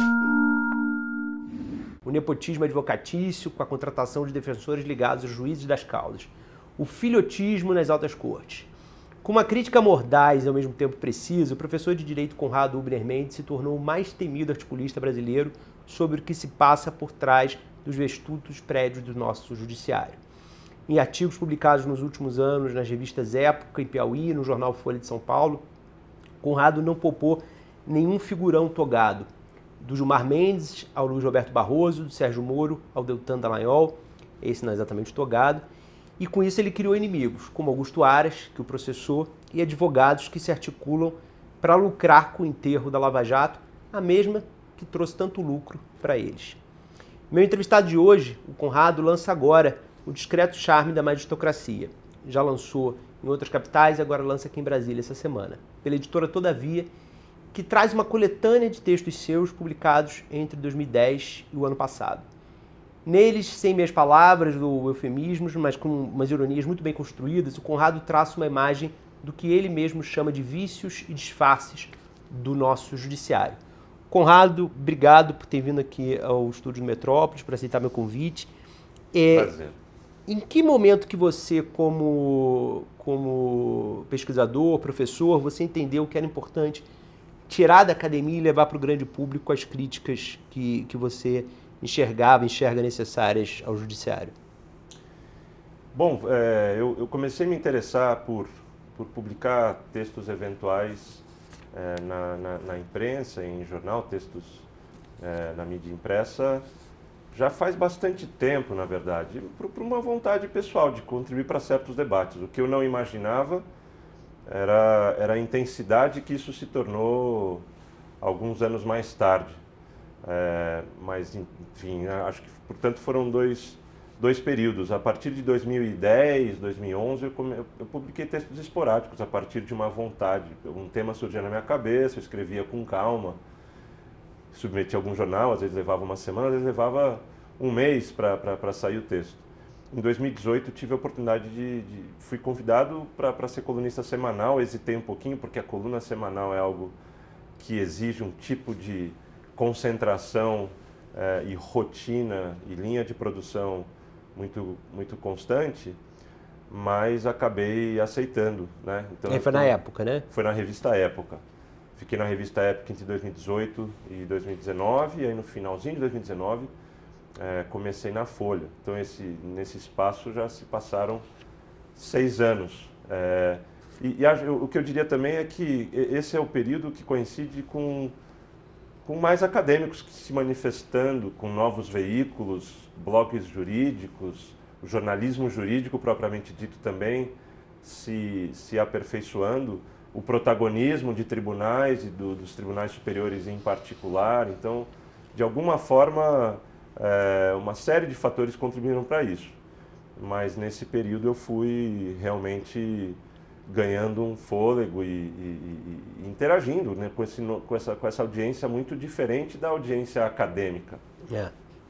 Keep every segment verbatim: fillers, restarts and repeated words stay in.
O nepotismo advocatício com a contratação de defensores ligados aos juízes das causas. O filhotismo nas altas cortes. Com uma crítica mordaz e ao mesmo tempo precisa, o professor de Direito Conrado Ubner Mendes se tornou o mais temido articulista brasileiro sobre o que se passa por trás dos vestutos prédios do nosso judiciário. Em artigos publicados nos últimos anos nas revistas Época e Piauí, no jornal Folha de São Paulo, Conrado não poupou nenhum figurão togado, do Gilmar Mendes ao Luiz Roberto Barroso, do Sérgio Moro ao Deltan Dallagnol, esse não é exatamente togado, e com isso ele criou inimigos, como Augusto Aras, que o processou, e advogados que se articulam para lucrar com o enterro da Lava Jato, a mesma que trouxe tanto lucro para eles. Meu entrevistado de hoje, o Conrado, lança agora O Discreto Charme da Magistocracia. Já lançou em outras capitais e agora lança aqui em Brasília essa semana, pela editora Todavia, que traz uma coletânea de textos seus publicados entre dois mil e dez e o ano passado. Neles, sem meias palavras ou eufemismos, mas com umas ironias muito bem construídas, o Conrado traça uma imagem do que ele mesmo chama de vícios e disfarces do nosso judiciário. Conrado, obrigado por ter vindo aqui ao estúdio do Metrópolis, por aceitar meu convite. É, Prazer. Em que momento que você, como, como pesquisador, professor, você entendeu que era importante tirar da academia e levar para o grande público as críticas que, que você enxergava, enxerga necessárias ao judiciário? Bom, é, eu, eu comecei a me interessar por, por publicar textos eventuais é, na, na, na imprensa, em jornal, textos é, na mídia impressa, já faz bastante tempo, na verdade, por, por uma vontade pessoal de contribuir para certos debates. O que eu não imaginava era, era a intensidade que isso se tornou alguns anos mais tarde. É, mas, enfim, acho que, portanto, foram dois, dois períodos. A partir de dois mil e dez, dois mil e onze, eu, come, eu publiquei textos esporádicos a partir de uma vontade. Um tema surgia na minha cabeça, eu escrevia com calma, submetia a algum jornal, às vezes levava uma semana, às vezes levava um mês para sair o texto. Em dois mil e dezoito, tive a oportunidade de... de fui convidado para ser colunista semanal, hesitei um pouquinho, porque a coluna semanal é algo que exige um tipo de concentração eh, e rotina e linha de produção muito, muito constante, mas acabei aceitando, né? Então, Aí foi na época, né? Foi na revista Época. Fiquei na revista Época entre dois mil e dezoito e dois mil e dezenove, e aí no finalzinho de dois mil e dezenove eh, comecei na Folha. Então esse, nesse espaço já se passaram seis anos. Eh, e e a, o que eu diria também é que esse é o período que coincide com com mais acadêmicos que se manifestando, com novos veículos, blogs jurídicos, o jornalismo jurídico propriamente dito também se, se aperfeiçoando, o protagonismo de tribunais e do, dos tribunais superiores em particular. Então, de alguma forma, é, uma série de fatores contribuíram para isso. Mas nesse período eu fui realmente ganhando um fôlego e, e, e interagindo, né, com, esse, com, essa, com essa audiência muito diferente da audiência acadêmica. É.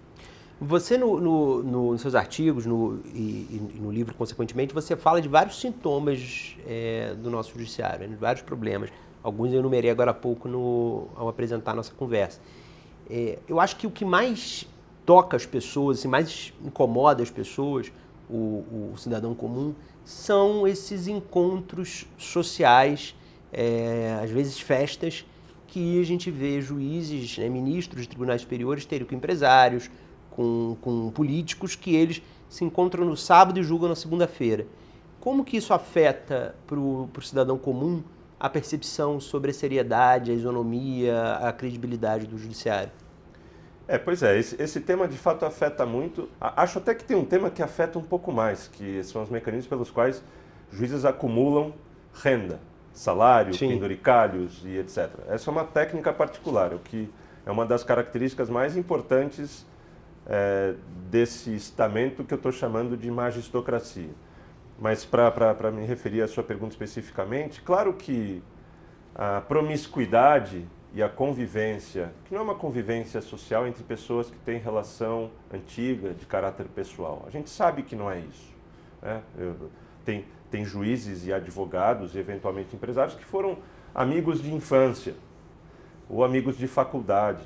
Você, no, no, no, nos seus artigos no, e, e no livro, consequentemente, você fala de vários sintomas é, do nosso judiciário, né, de vários problemas. Alguns eu enumerei agora há pouco no, ao apresentar a nossa conversa. É, eu acho que o que mais toca as pessoas, assim, mais incomoda as pessoas, o, o cidadão comum, são esses encontros sociais, é, às vezes festas, que a gente vê juízes, né, ministros de tribunais superiores terem com empresários, com, com políticos, que eles se encontram no sábado e julgam na segunda-feira. Como que isso afeta para o cidadão comum a percepção sobre a seriedade, a isonomia, a credibilidade do judiciário? É, pois é, esse, esse tema de fato afeta muito. Acho até que tem um tema que afeta um pouco mais, que são os mecanismos pelos quais juízes acumulam renda, salário, Sim. penduricalhos e etcétera. Essa é uma técnica particular, o que é uma das características mais importantes é, desse estamento que eu estou chamando de magistocracia. Mas para me referir à sua pergunta especificamente, claro que a promiscuidade e a convivência, que não é uma convivência social entre pessoas que têm relação antiga, de caráter pessoal. A gente sabe que não é isso, né? Eu, tem, tem juízes e advogados e eventualmente empresários que foram amigos de infância ou amigos de faculdade.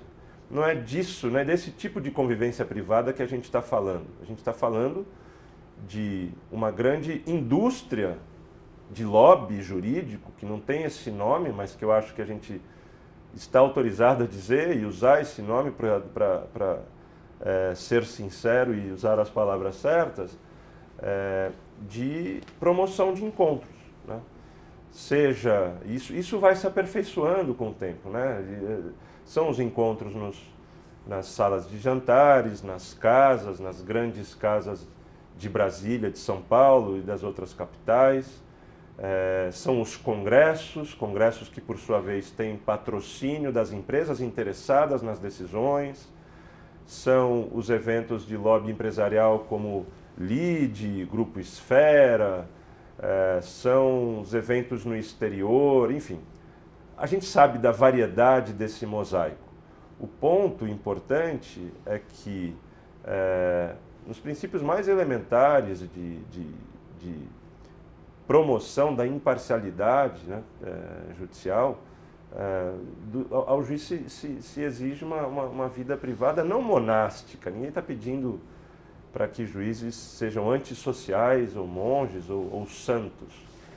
não é disso, não é desse tipo de convivência privada que a gente está falando. A gente está falando de uma grande indústria de lobby jurídico, que não tem esse nome, mas que eu acho que a gente está autorizado a dizer e usar esse nome para é, ser sincero e usar as palavras certas, é, de promoção de encontros, né? Seja, isso, isso vai se aperfeiçoando com o tempo, né? São os encontros nos, nas salas de jantares, nas casas, nas grandes casas de Brasília, de São Paulo e das outras capitais. É, são os congressos, congressos que por sua vez têm patrocínio das empresas interessadas nas decisões. São os eventos de lobby empresarial como LIDE, Grupo Esfera, é, são os eventos no exterior, enfim. A gente sabe da variedade desse mosaico. O ponto importante é que, é, nos princípios mais elementares de, de, de promoção da imparcialidade, né, é, judicial, é, do, ao, ao juiz se, se, se exige uma, uma, uma vida privada não monástica. Ninguém está pedindo para que juízes sejam antissociais, ou monges, ou, ou santos.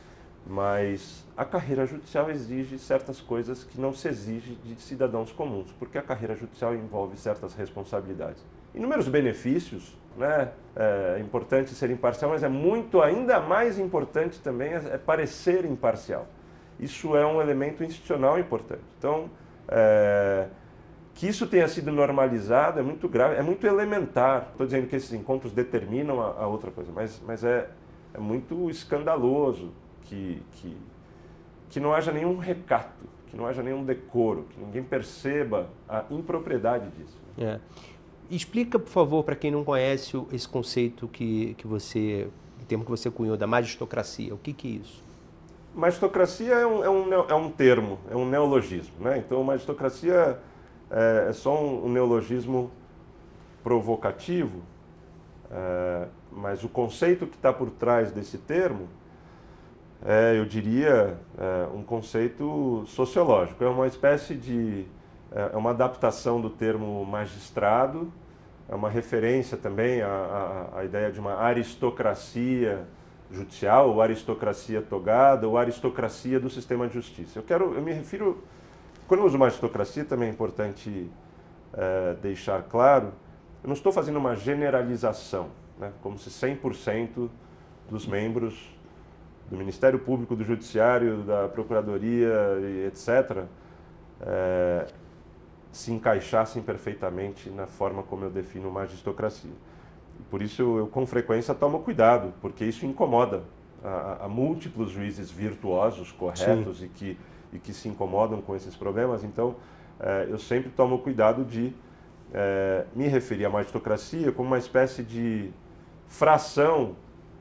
Mas a carreira judicial exige certas coisas que não se exige de cidadãos comuns, porque a carreira judicial envolve certas responsabilidades. Inúmeros benefícios, né? É importante ser imparcial, mas é muito, ainda mais importante também é, é parecer imparcial. Isso é um elemento institucional importante. Então, é, que isso tenha sido normalizado é muito grave, é muito elementar. Estou dizendo que esses encontros determinam a, a outra coisa, mas, mas é, é muito escandaloso que, que, que não haja nenhum recato, que não haja nenhum decoro, que ninguém perceba a impropriedade disso. É. Explica, por favor, para quem não conhece esse conceito que, que você, o termo que você cunhou, da magistocracia. O que, que é isso? Magistocracia é um, é um, é um termo, é um neologismo, né? Então, magistocracia é, é só um, um neologismo provocativo, é, mas o conceito que está por trás desse termo é, eu diria, é, um conceito sociológico. É uma espécie de... é uma adaptação do termo magistrado, é uma referência também à, à, à ideia de uma aristocracia judicial, ou aristocracia togada, ou aristocracia do sistema de justiça. Eu, quero, eu me refiro... Quando eu uso magistocracia, também é importante é, deixar claro, eu não estou fazendo uma generalização, né, como se cem por cento dos membros do Ministério Público, do Judiciário, da Procuradoria, etcétera, é, se encaixassem perfeitamente na forma como eu defino magistocracia. Por isso eu, eu com frequência tomo cuidado, porque isso incomoda a, a múltiplos juízes virtuosos, corretos e que, e que se incomodam com esses problemas. Então é, eu sempre tomo cuidado de é, me referir à magistocracia como uma espécie de fração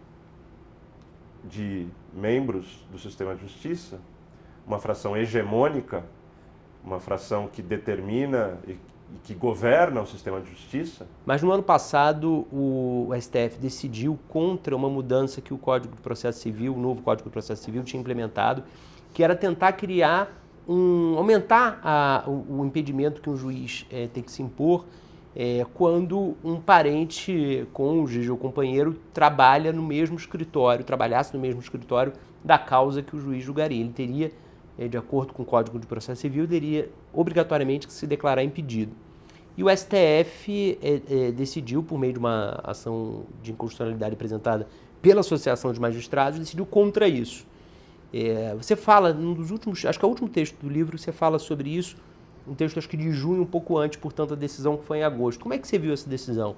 de membros do sistema de justiça, uma fração hegemônica, uma fração que determina e, e que governa o sistema de justiça. Mas no ano passado o S T F decidiu contra uma mudança que o Código de Processo Civil, o novo Código de Processo Civil tinha implementado, que era tentar criar um, aumentar a, o, o impedimento que um juiz é, tem que se impor é, quando um parente, cônjuge ou companheiro trabalha no mesmo escritório, trabalhasse no mesmo escritório da causa que o juiz julgaria. Ele teria, de acordo com o Código de Processo Civil, teria obrigatoriamente que se declarar impedido. E o S T F é, é, decidiu, por meio de uma ação de inconstitucionalidade apresentada pela Associação de Magistrados, decidiu contra isso. É, você fala, num dos últimos, acho que é o último texto do livro, você fala sobre isso, um texto acho que de junho, um pouco antes, portanto, a decisão que foi em agosto. Como é que você viu essa decisão?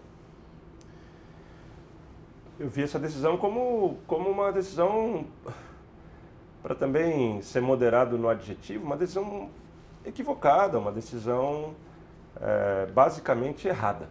Eu vi essa decisão como, como uma decisão... para também ser moderado no adjetivo, uma decisão equivocada, uma decisão é, basicamente errada.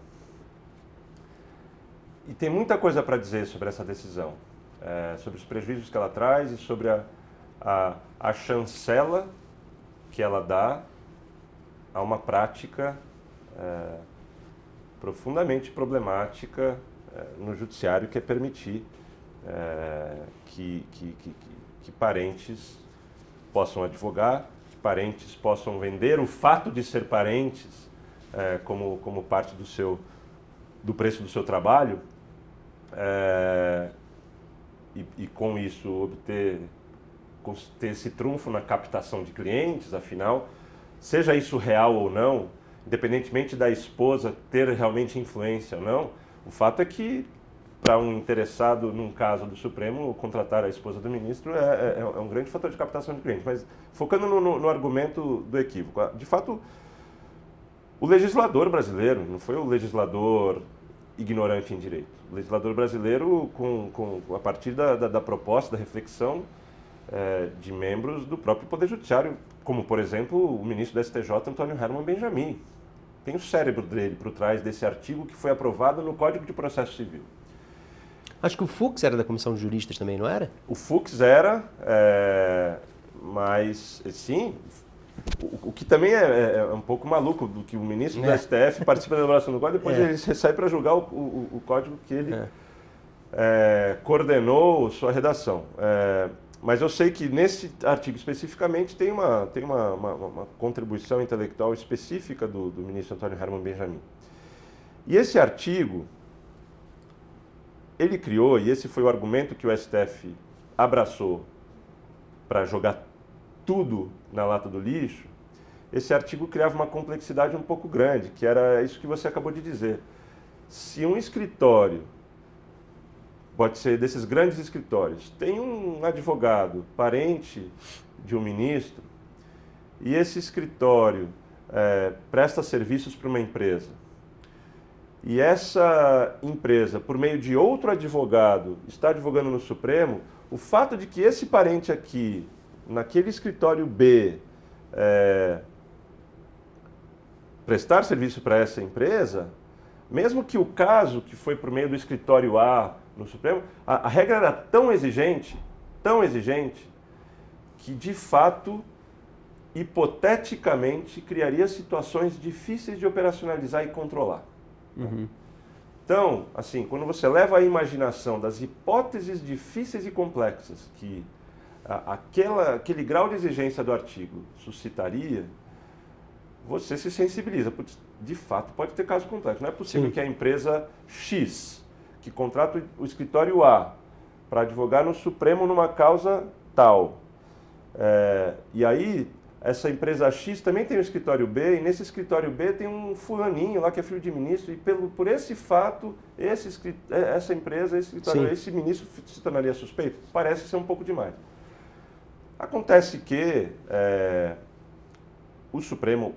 E tem muita coisa para dizer sobre essa decisão, é, sobre os prejuízos que ela traz e sobre a, a, a chancela que ela dá a uma prática é, profundamente problemática é, no judiciário, que é permitir é, que, que, que, que parentes possam advogar, que parentes possam vender o fato de ser parentes é, como, como parte do, seu, do preço do seu trabalho, é, e, e com isso obter ter esse trunfo na captação de clientes, afinal, seja isso real ou não, independentemente da esposa ter realmente influência ou não, o fato é que, para um interessado, num caso do Supremo, contratar a esposa do ministro é, é, é um grande fator de captação de clientes. Mas, focando no, no, no argumento do equívoco, de fato, o legislador brasileiro, não foi o legislador ignorante em direito, o legislador brasileiro, com, com, a partir da, da, da proposta, da reflexão, É, de membros do próprio Poder Judiciário, como, por exemplo, o ministro do S T J, Antônio Herman Benjamin. Tem o cérebro dele por trás desse artigo que foi aprovado no Código de Processo Civil. Acho que o Fux era da Comissão de Juristas também, não era? O Fux era, é, mas, sim, o, o que também é, é um pouco maluco, do que o ministro é. do S T F participa da elaboração do Código, depois é. ele sai para julgar o, o, o código que ele é. É, coordenou sua redação. É, Mas eu sei que nesse artigo especificamente tem uma, tem uma, uma, uma contribuição intelectual específica do, do ministro Antônio Herman Benjamin. E esse artigo, ele criou, e esse foi o argumento que o S T F abraçou para jogar tudo na lata do lixo, esse artigo criava uma complexidade um pouco grande, que era isso que você acabou de dizer. Se um escritório, pode ser desses grandes escritórios, tem um advogado, parente de um ministro, e esse escritório é, presta serviços para uma empresa. E essa empresa, por meio de outro advogado, está advogando no Supremo, o fato de que esse parente aqui, naquele escritório B, é, prestar serviço para essa empresa, mesmo que o caso que foi por meio do escritório A no Supremo, a, a regra era tão exigente, tão exigente, que de fato, hipoteticamente, criaria situações difíceis de operacionalizar e controlar. Uhum. Então, assim, quando você leva a imaginação das hipóteses difíceis e complexas que a, aquela, aquele grau de exigência do artigo suscitaria, você se sensibiliza. Putz, de fato, pode ter caso complexo. Não é possível Sim. que a empresa X, que contrata o escritório A para advogar no Supremo numa causa tal, é, e aí essa empresa X também tem um escritório B, e nesse escritório B tem um fulaninho lá que é filho de ministro, e pelo, por esse fato, esse, essa empresa, esse escritório, esse ministro se tornaria suspeito? Parece ser um pouco demais. Acontece que é, o Supremo,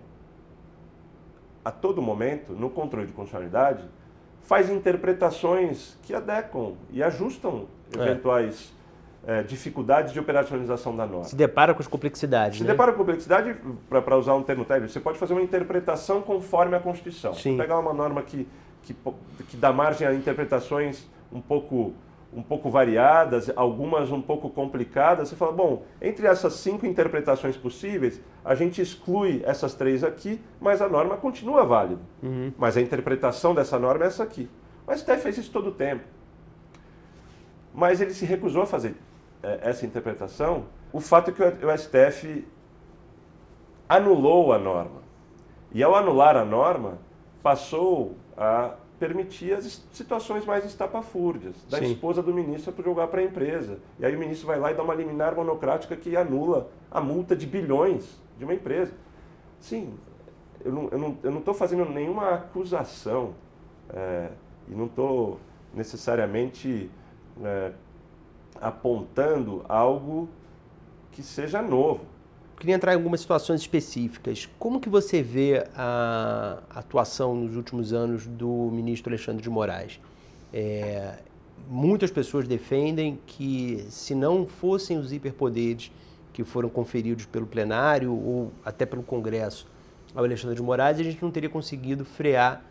a todo momento, no controle de constitucionalidade, faz interpretações que adequam e ajustam eventuais é. É, dificuldades de operacionalização da norma. Se depara com as complexidades. Se né? depara com complexidade, para usar um termo técnico, você pode fazer uma interpretação conforme a Constituição. Sim. Pegar uma norma que, que, que dá margem a interpretações um pouco, um pouco variadas, algumas um pouco complicadas, você fala, bom, entre essas cinco interpretações possíveis, a gente exclui essas três aqui, mas a norma continua válida. Uhum. Mas a interpretação dessa norma é essa aqui. O S T F fez isso todo o tempo. Mas ele se recusou a fazer é, essa interpretação. O fato é que o S T F anulou a norma. E ao anular a norma, passou a permitir as situações mais estapafúrdias, da Sim. esposa do ministro para jogar para a empresa. E aí o ministro vai lá e dá uma liminar monocrática que anula a multa de bilhões de uma empresa. Sim, eu não estou eu não, eu não fazendo nenhuma acusação é, e não estou necessariamente é, apontando algo que seja novo. Queria entrar em algumas situações específicas. Como que você vê a atuação nos últimos anos do ministro Alexandre de Moraes? É, muitas pessoas defendem que, se não fossem os hiperpoderes que foram conferidos pelo plenário ou até pelo Congresso ao Alexandre de Moraes, a gente não teria conseguido frear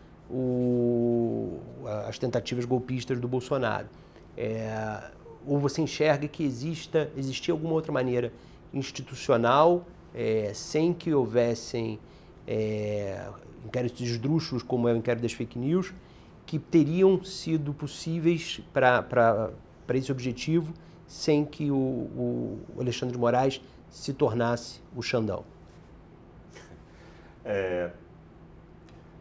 o, as tentativas golpistas do Bolsonaro. É, ou você enxerga que exista, existia alguma outra maneira institucional, é, sem que houvessem é, inquéritos esdrúxulos, como é o inquérito das fake news, que teriam sido possíveis para esse objetivo, sem que o, o Alexandre de Moraes se tornasse o Xandão? É,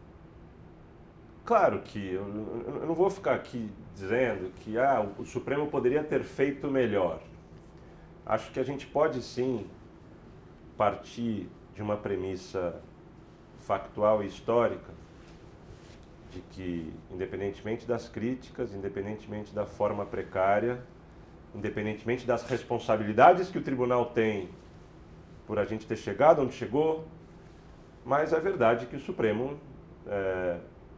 claro que eu, eu não vou ficar aqui dizendo que ah, o Supremo poderia ter feito melhor. Acho que a gente pode sim partir de uma premissa factual e histórica de que, independentemente das críticas, independentemente da forma precária, independentemente das responsabilidades que o tribunal tem por a gente ter chegado onde chegou, mas é verdade que o Supremo é,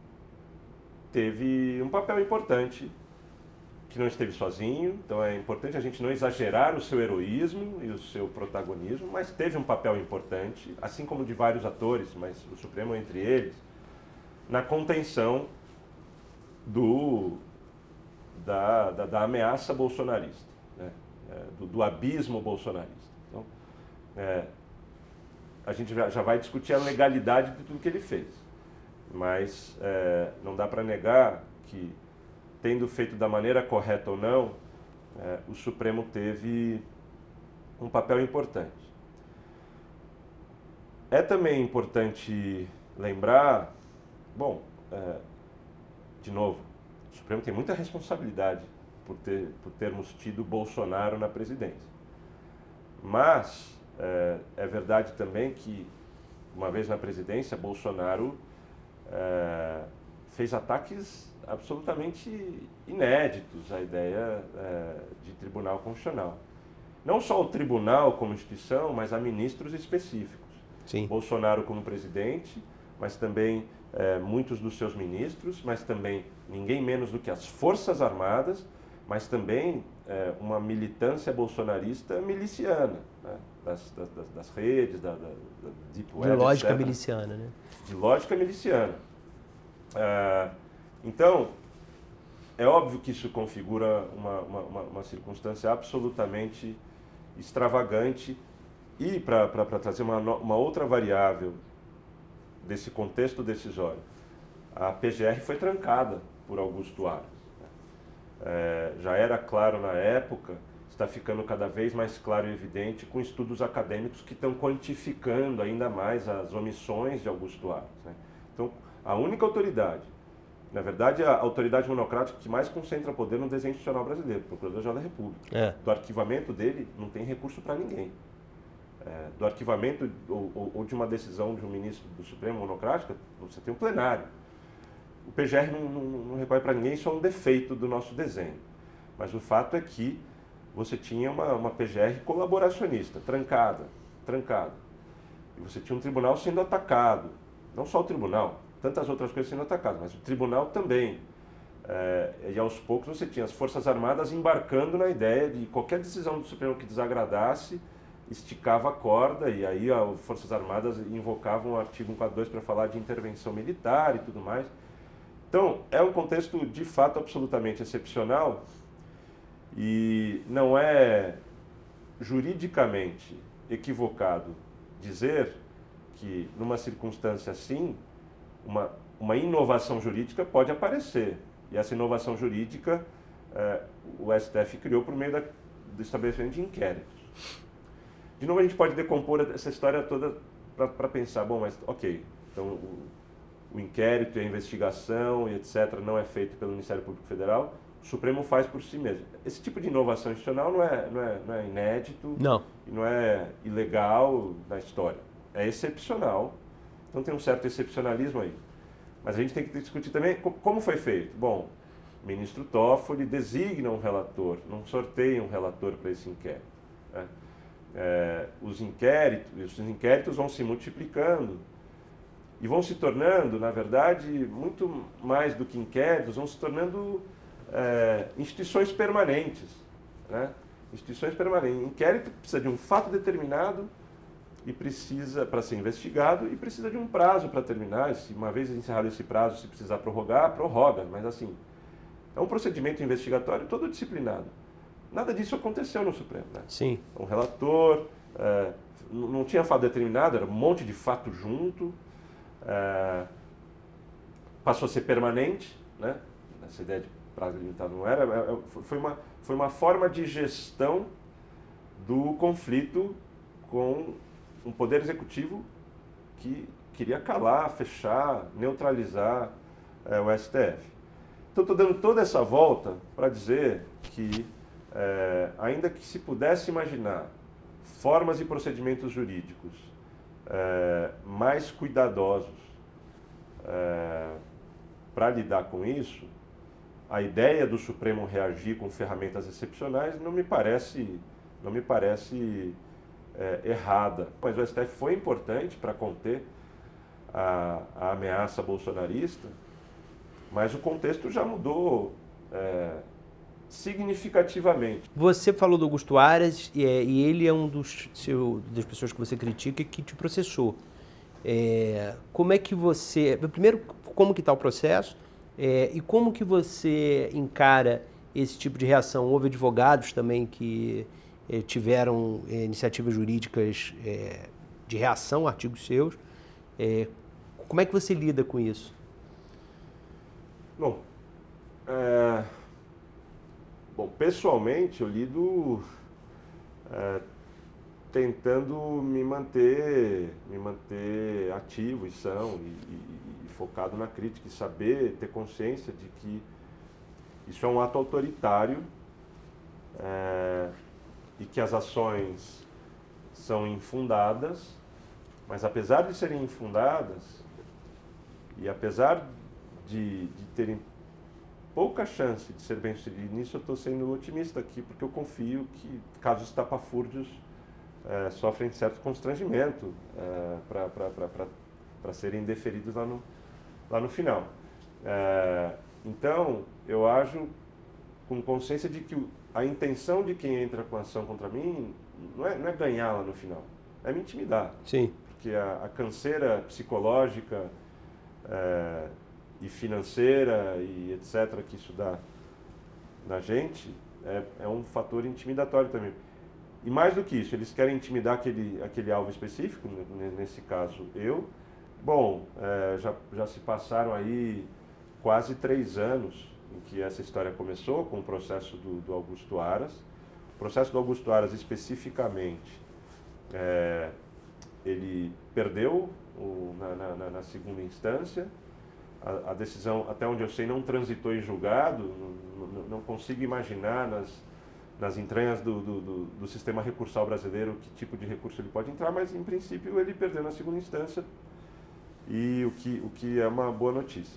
teve um papel importante, que não esteve sozinho, então é importante a gente não exagerar o seu heroísmo e o seu protagonismo, mas teve um papel importante, assim como de vários atores, mas o Supremo entre eles, na contenção do, da, da, da ameaça bolsonarista, né? é, do, do abismo bolsonarista. Então, é, a gente já vai discutir a legalidade de tudo que ele fez, mas é, não dá para negar que, tendo feito da maneira correta ou não, é, o Supremo teve um papel importante. É também importante lembrar, bom, é, de novo, o Supremo tem muita responsabilidade por, ter, por termos tido Bolsonaro na presidência. Mas é, é verdade também que, uma vez na presidência, Bolsonaro é, fez ataques absolutamente inéditos à ideia é, de Tribunal Constitucional. Não só o Tribunal como instituição, mas a ministros específicos. Sim. Bolsonaro como presidente, mas também é, muitos dos seus ministros, mas também ninguém menos do que as Forças Armadas, mas também é, uma militância bolsonarista miliciana, né? das, das, das redes, da, da, da Deep Web, de lógica etcétera. miliciana, né? De lógica miliciana. É, então, é óbvio que isso configura uma, uma, uma, uma circunstância absolutamente extravagante e, para trazer uma, uma outra variável desse contexto decisório, a P G R foi trancada por Augusto Aras. É, já era claro na época, está ficando cada vez mais claro e evidente com estudos acadêmicos que estão quantificando ainda mais as omissões de Augusto Aras, né? Então, a única autoridade, na verdade, a autoridade monocrática que mais concentra poder no desenho institucional brasileiro, o Procurador-Geral da República. É. Do arquivamento dele não tem recurso para ninguém. É, do arquivamento ou, ou, ou de uma decisão de um ministro do Supremo monocrática, você tem um plenário. O P G R não, não, não recorre para ninguém, isso é um defeito do nosso desenho. Mas o fato é que você tinha uma, uma P G R colaboracionista, trancada, trancada. E você tinha um tribunal sendo atacado. Não só o tribunal, tantas outras coisas sendo atacadas, mas o tribunal também. É, e aos poucos você tinha as Forças Armadas embarcando na ideia de qualquer decisão do Supremo que desagradasse, esticava a corda, e aí as Forças Armadas invocavam o artigo cento e quarenta e dois para falar de intervenção militar e tudo mais. Então, é um contexto de fato absolutamente excepcional e não é juridicamente equivocado dizer que, numa circunstância assim, uma, uma inovação jurídica pode aparecer. E essa inovação jurídica eh, o S T F criou por meio da, do estabelecimento de inquéritos. De novo, a gente pode decompor essa história toda para pensar, bom, mas ok, então o, o inquérito e a investigação e etcétera não é feito pelo Ministério Público Federal, o Supremo faz por si mesmo. Esse tipo de inovação institucional não é, não é, não é inédito, não. E não é ilegal na história. É excepcional, então tem um certo excepcionalismo aí. Mas a gente tem que discutir também como foi feito. Bom, o ministro Toffoli designa um relator, não sorteia um relator para esse inquérito, né? É, os inquéritos, os inquéritos vão se multiplicando e vão se tornando, na verdade, muito mais do que inquéritos, vão se tornando é, instituições permanentes, né? Instituições permanentes. Inquérito precisa de um fato determinado e precisa para ser investigado e precisa de um prazo para terminar. Se uma vez encerrado esse prazo, se precisar prorrogar, prorroga. Mas assim, é um procedimento investigatório todo disciplinado. Nada disso aconteceu no Supremo, né? Sim. Um relator, é, não tinha fato determinado, era um monte de fato junto, é, passou a ser permanente, né? Essa ideia de prazo limitado não era, é, foi, uma, foi uma forma de gestão do conflito com um poder executivo que queria calar, fechar, neutralizar é, o S T F. Então, estou dando toda essa volta para dizer que, é, ainda que se pudesse imaginar formas e procedimentos jurídicos é, mais cuidadosos é, para lidar com isso, a ideia do Supremo reagir com ferramentas excepcionais não me parece, não me parece é, errada. Mas o S T F foi importante para conter a, a ameaça bolsonarista, mas o contexto já mudou é, significativamente. Você falou do Augusto Aras e, é, e ele é um dos seu, das pessoas que você critica que te processou. É, como é que você... Primeiro, como que está o processo é, e como que você encara esse tipo de reação? Houve advogados também que é, tiveram é, iniciativas jurídicas é, de reação a artigos seus. É, como é que você lida com isso? Bom, é... Bom, pessoalmente eu lido é, tentando me manter, me manter ativo e são e, e, e focado na crítica e saber, ter consciência de que isso é um ato autoritário é, e que as ações são infundadas, mas apesar de serem infundadas e apesar de, de terem pouca chance de ser bem sucedido nisso, eu estou sendo otimista aqui, porque eu confio que casos estapafúrdios é, sofrem certo constrangimento é, para serem deferidos lá no, lá no final. É, então, eu ajo com consciência de que a intenção de quem entra com ação contra mim não é, não é ganhar lá no final, é me intimidar. Sim. Porque a, a canseira psicológica é, e financeira e etcétera que isso dá na gente é, é um fator intimidatório também. E mais do que isso, eles querem intimidar aquele, aquele alvo específico, nesse caso eu. Bom, é, já, já se passaram aí quase três anos em que essa história começou, com o processo do, do Augusto Aras. O processo do Augusto Aras especificamente, é, ele perdeu o, na, na, na segunda instância. A, a decisão, até onde eu sei, não transitou em julgado, não, não, não consigo imaginar nas, nas entranhas do, do, do, do sistema recursal brasileiro que tipo de recurso ele pode entrar, mas em princípio ele perdeu na segunda instância, e o que, o que é uma boa notícia.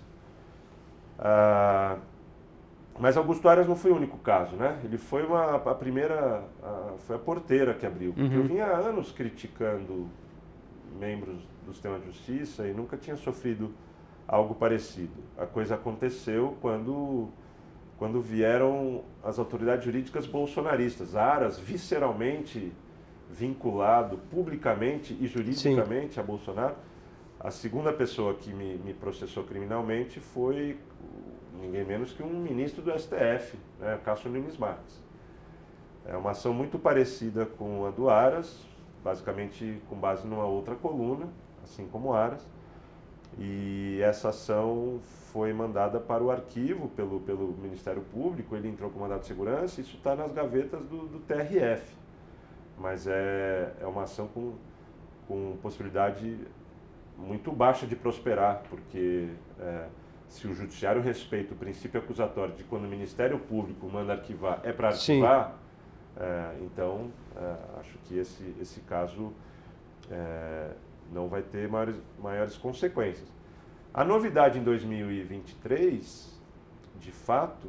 Ah, mas Augusto Aras não foi o único caso, né? Ele foi uma, a primeira, a, foi a porteira que abriu, porque uhum. eu vinha há anos criticando membros do sistema de justiça e nunca tinha sofrido algo parecido. A coisa aconteceu quando, quando vieram as autoridades jurídicas bolsonaristas. Aras, visceralmente vinculado publicamente e juridicamente Sim. a Bolsonaro. A segunda pessoa que me, me processou criminalmente foi ninguém menos que um ministro do S T F, né, Cássio Nunes Marques. É uma ação muito parecida com a do Aras, basicamente com base numa outra coluna, assim como Aras. E essa ação foi mandada para o arquivo pelo, pelo Ministério Público, ele entrou com mandado de segurança, isso está nas gavetas do, do T R F. Mas é, é uma ação com, com possibilidade muito baixa de prosperar, porque é, se o Judiciário respeita o princípio acusatório de quando o Ministério Público manda arquivar, é para arquivar, é, então é, acho que esse, esse caso... É, não vai ter maiores, maiores consequências. A novidade em dois mil e vinte e três, de fato,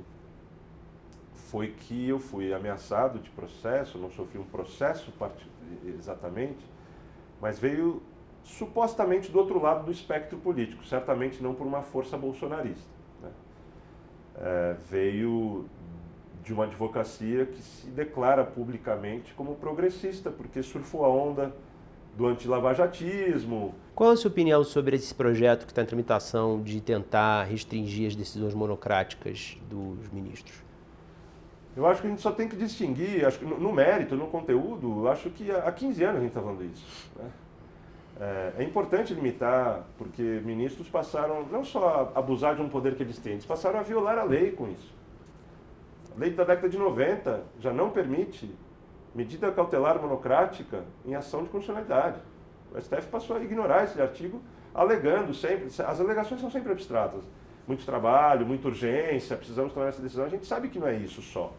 foi que eu fui ameaçado de processo, não sofri um processo exatamente, mas veio supostamente do outro lado do espectro político, certamente não por uma força bolsonarista, né? É, veio de uma advocacia que se declara publicamente como progressista, porque surfou a onda do antilavajatismo. Qual a sua opinião sobre esse projeto que está em tramitação de tentar restringir as decisões monocráticas dos ministros? Eu acho que a gente só tem que distinguir, acho que no mérito, no conteúdo, eu acho que há quinze anos a gente está falando isso, né? É, é importante limitar, porque ministros passaram não só a abusar de um poder que eles têm, eles passaram a violar a lei com isso. A lei da década de noventa já não permite medida cautelar monocrática em ação de constitucionalidade. O S T F passou a ignorar esse artigo, alegando sempre, as alegações são sempre abstratas, muito trabalho, muita urgência, precisamos tomar essa decisão. A gente sabe que não é isso só.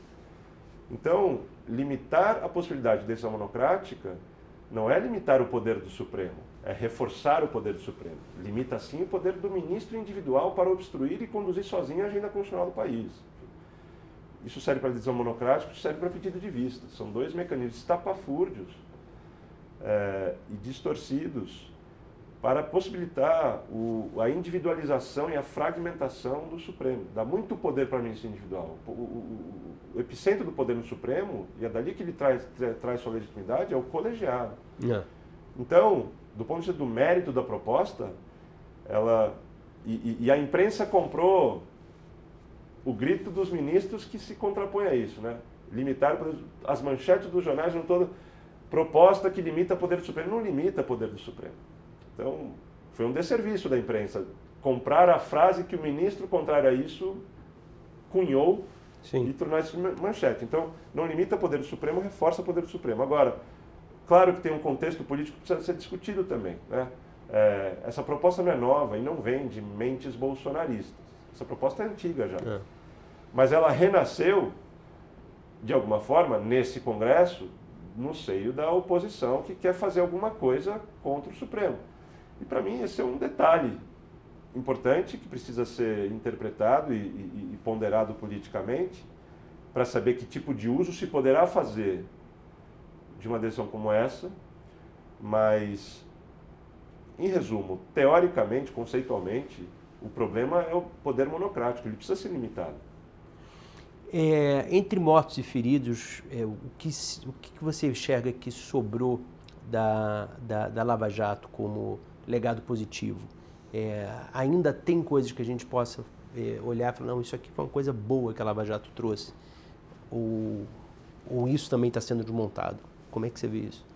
Então, limitar a possibilidade de decisão monocrática não é limitar o poder do Supremo, é reforçar o poder do Supremo. Limita, sim, o poder do ministro individual para obstruir e conduzir sozinho a agenda constitucional do país. Isso serve para decisão monocrática, isso serve para pedido de vista. São dois mecanismos estapafúrdios é, e distorcidos para possibilitar o, a individualização e a fragmentação do Supremo. Dá muito poder para o ministro individual. O, o, o epicentro do poder no Supremo, e é dali que ele traz, tra, traz sua legitimidade, é o colegiado. É. Então, do ponto de vista do mérito da proposta, ela, e, e, e a imprensa comprou o grito dos ministros que se contrapõe a isso, né? Limitar as manchetes dos jornais, não toda proposta que limita o poder do Supremo, não limita o poder do Supremo. Então, foi um desserviço da imprensa comprar a frase que o ministro, contrário a isso, cunhou Sim. e tornar isso manchete. Então, não limita o poder do Supremo, reforça o poder do Supremo. Agora, claro que tem um contexto político que precisa ser discutido também, né? É, essa proposta não é nova e não vem de mentes bolsonaristas. Essa proposta é antiga já. É. Mas ela renasceu, de alguma forma, nesse Congresso, no seio da oposição que quer fazer alguma coisa contra o Supremo. E para mim esse é um detalhe importante que precisa ser interpretado e, e, e ponderado politicamente para saber que tipo de uso se poderá fazer de uma decisão como essa, mas, em resumo, teoricamente, conceitualmente, o problema é o poder monocrático, ele precisa ser limitado. É, entre mortos e feridos, é, o, que, o que você enxerga que sobrou da, da, da Lava Jato como legado positivo? É, ainda tem coisas que a gente possa é, olhar e falar, não, isso aqui foi uma coisa boa que a Lava Jato trouxe? Ou, ou isso também está sendo desmontado? Como é que você vê isso?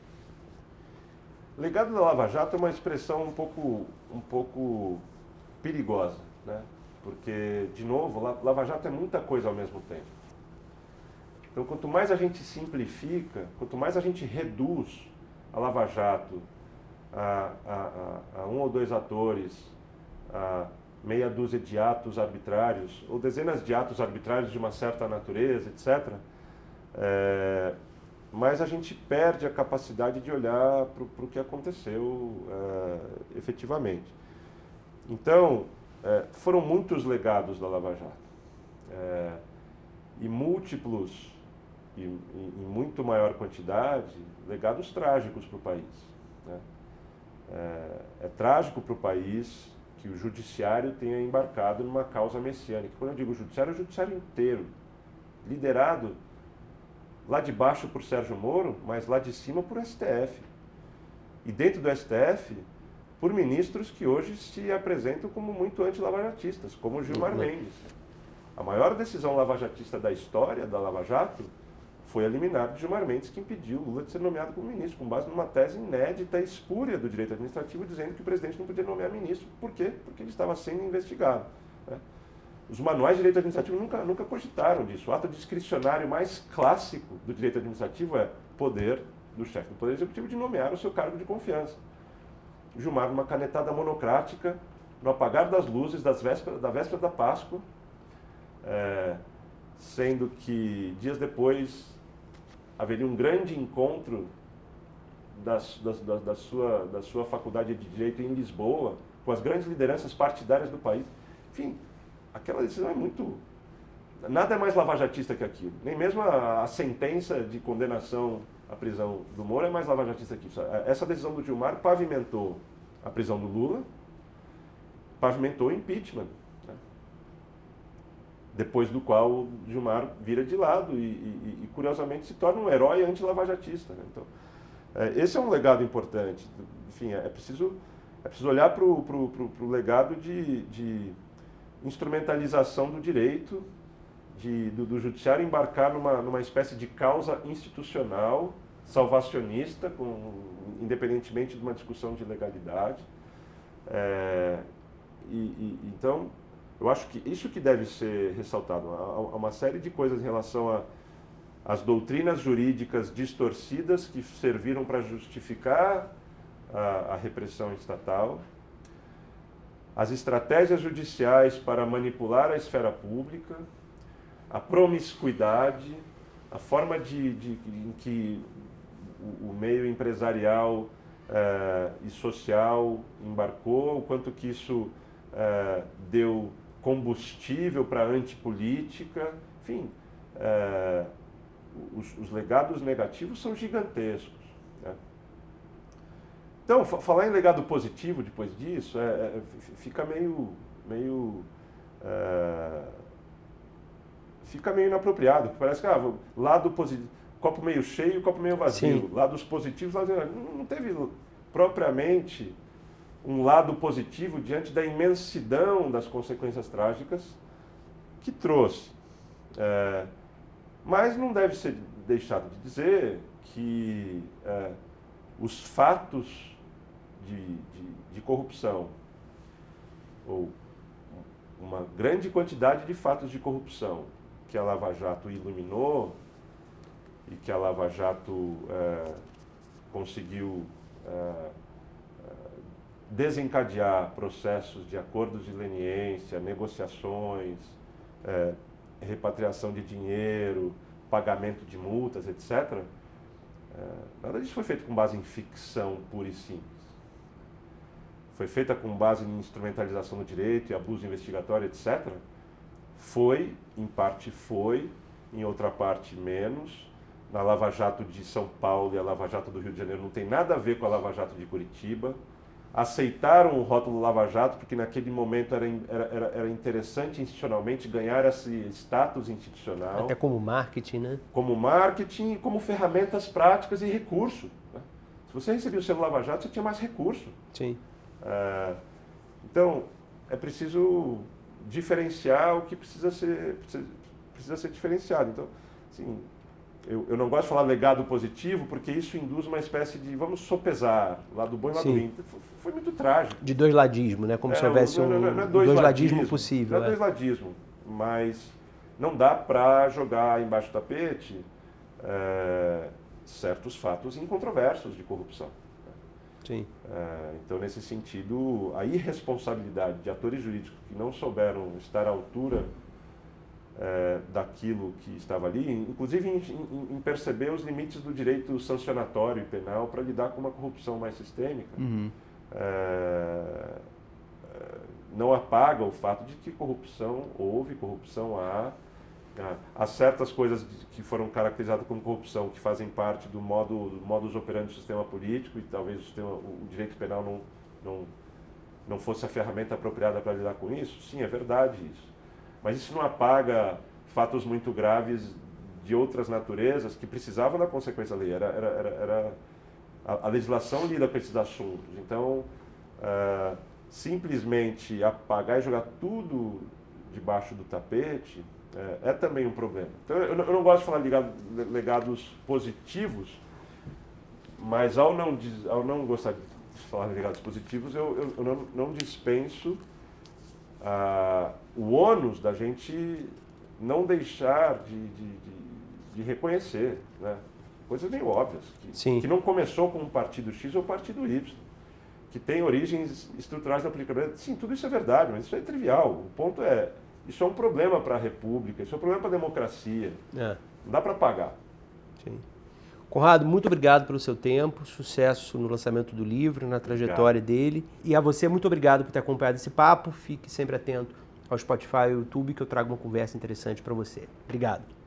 Legado da Lava Jato é uma expressão um pouco, um pouco perigosa, né? Porque, de novo, Lava Jato é muita coisa ao mesmo tempo. Então, quanto mais a gente simplifica, quanto mais a gente reduz a Lava Jato a, a, a, a um ou dois atores, a meia dúzia de atos arbitrários, ou dezenas de atos arbitrários de uma certa natureza, etcétera, é, mais a gente perde a capacidade de olhar para o que aconteceu é, efetivamente. Então, É, foram muitos legados da Lava Jato é, e múltiplos e em muito maior quantidade legados trágicos para o país, né? É, é trágico para o país que o judiciário tenha embarcado numa causa messiânica. Quando eu digo judiciário, é o judiciário inteiro, liderado lá de baixo por Sérgio Moro, mas lá de cima por S T F. E dentro do S T F, por ministros que hoje se apresentam como muito anti-lavajatistas, como Gilmar Mendes. A maior decisão lavajatista da história da Lava Jato foi a liminar de Gilmar Mendes, que impediu Lula de ser nomeado como ministro, com base numa tese inédita e espúria do direito administrativo, dizendo que o presidente não podia nomear ministro. Por quê? Porque ele estava sendo investigado, né? Os manuais de direito administrativo nunca, nunca cogitaram disso. O ato discricionário mais clássico do direito administrativo é poder do chefe do Poder Executivo de nomear o seu cargo de confiança. Gilmar, numa canetada monocrática, no apagar das luzes das vésperas, da véspera da Páscoa, é, sendo que dias depois haveria um grande encontro das, das, da, da, sua, da sua faculdade de Direito em Lisboa, com as grandes lideranças partidárias do país. Enfim, aquela decisão é muito... Nada é mais lavajatista que aquilo. Nem mesmo a, a sentença de condenação à prisão do Moro é mais lavajatista que isso. Essa decisão do Gilmar pavimentou a prisão do Lula, pavimentou o impeachment, né? Depois do qual o Gilmar vira de lado e, e, e curiosamente, se torna um herói anti-lavajatista, né? Então, é, esse é um legado importante. Enfim, é preciso, é preciso olhar para o legado de, de instrumentalização do direito, De, do, do judiciário embarcar numa, numa espécie de causa institucional, salvacionista, com, independentemente de uma discussão de legalidade. É, e, e, então, eu acho que isso que deve ser ressaltado. Há, há uma série de coisas em relação às doutrinas jurídicas distorcidas que serviram para justificar a, a repressão estatal, as estratégias judiciais para manipular a esfera pública, a promiscuidade, a forma de, de, em que o, o meio empresarial eh, e social embarcou, o quanto que isso eh, deu combustível para a antipolítica, enfim, eh, os, os legados negativos são gigantescos. Né? Então, falar em legado positivo depois disso, é, é, fica meio, meio, é, fica meio inapropriado, parece que ah, lado positivo, copo meio cheio, copo meio vazio, Sim. lados positivos, lados... não teve propriamente um lado positivo diante da imensidão das consequências trágicas que trouxe. É, mas não deve ser deixado de dizer que é, os fatos de, de, de corrupção, ou uma grande quantidade de fatos de corrupção que a Lava Jato iluminou e que a Lava Jato é, conseguiu é, desencadear processos de acordos de leniência, negociações, é, repatriação de dinheiro, pagamento de multas, etcétera. É, nada disso foi feito com base em ficção pura e simples. Foi feita com base em instrumentalização do direito e abuso investigatório, etcétera. Foi, em parte foi, em outra parte menos. Na Lava Jato de São Paulo e a Lava Jato do Rio de Janeiro não tem nada a ver com a Lava Jato de Curitiba. Aceitaram o rótulo Lava Jato porque naquele momento era, era, era interessante institucionalmente ganhar esse status institucional. Até como marketing, né? Como marketing e como ferramentas práticas e recurso. Né? Se você recebia o selo Lava Jato, você tinha mais recurso. Sim. É, então, é preciso diferenciar o que precisa ser, precisa, precisa ser diferenciado. Então, assim, eu, eu não gosto de falar legado positivo, porque isso induz uma espécie de, vamos sopesar, lado bom e lado ruim. Foi, foi muito trágico. De dois ladismo, né? Como é, se houvesse não, não, não, um não é dois dois ladismo, ladismo possível. Não é, é dois ladismo, mas não dá para jogar embaixo do tapete é, certos fatos incontroversos de corrupção. Sim. É, então, nesse sentido, a irresponsabilidade de atores jurídicos que não souberam estar à altura é, daquilo que estava ali, inclusive em, em, em perceber os limites do direito sancionatório e penal para lidar com uma corrupção mais sistêmica, uhum. é, não apaga o fato de que corrupção houve, corrupção há. Há certas coisas que foram caracterizadas como corrupção, que fazem parte do modo do modus operandi do sistema político, e talvez o, sistema, o direito penal não, não, não fosse a ferramenta apropriada para lidar com isso. Sim, é verdade isso. Mas isso não apaga fatos muito graves de outras naturezas que precisavam da consequência da lei. Era, era, era, era a, a legislação lida com esses assuntos. Então, uh, simplesmente apagar e jogar tudo debaixo do tapete É, é também um problema. Então, eu, eu não gosto de falar ligado, legados positivos, mas ao não, ao não gostar de falar de legados positivos, eu, eu, eu não, não dispenso ah, o ônus da gente não deixar de, de, de, de reconhecer, né? Coisas meio óbvias, que, que não começou com um partido X ou partido Y, que tem origens estruturais da política brasileira. Sim, tudo isso é verdade, mas isso é trivial. O ponto é, isso é um problema para a República, isso é um problema para a democracia. É. Não dá para pagar. Sim. Conrado, muito obrigado pelo seu tempo, sucesso no lançamento do livro, na trajetória obrigado. dele. E a você, muito obrigado por ter acompanhado esse papo. Fique sempre atento ao Spotify e ao YouTube, que eu trago uma conversa interessante para você. Obrigado.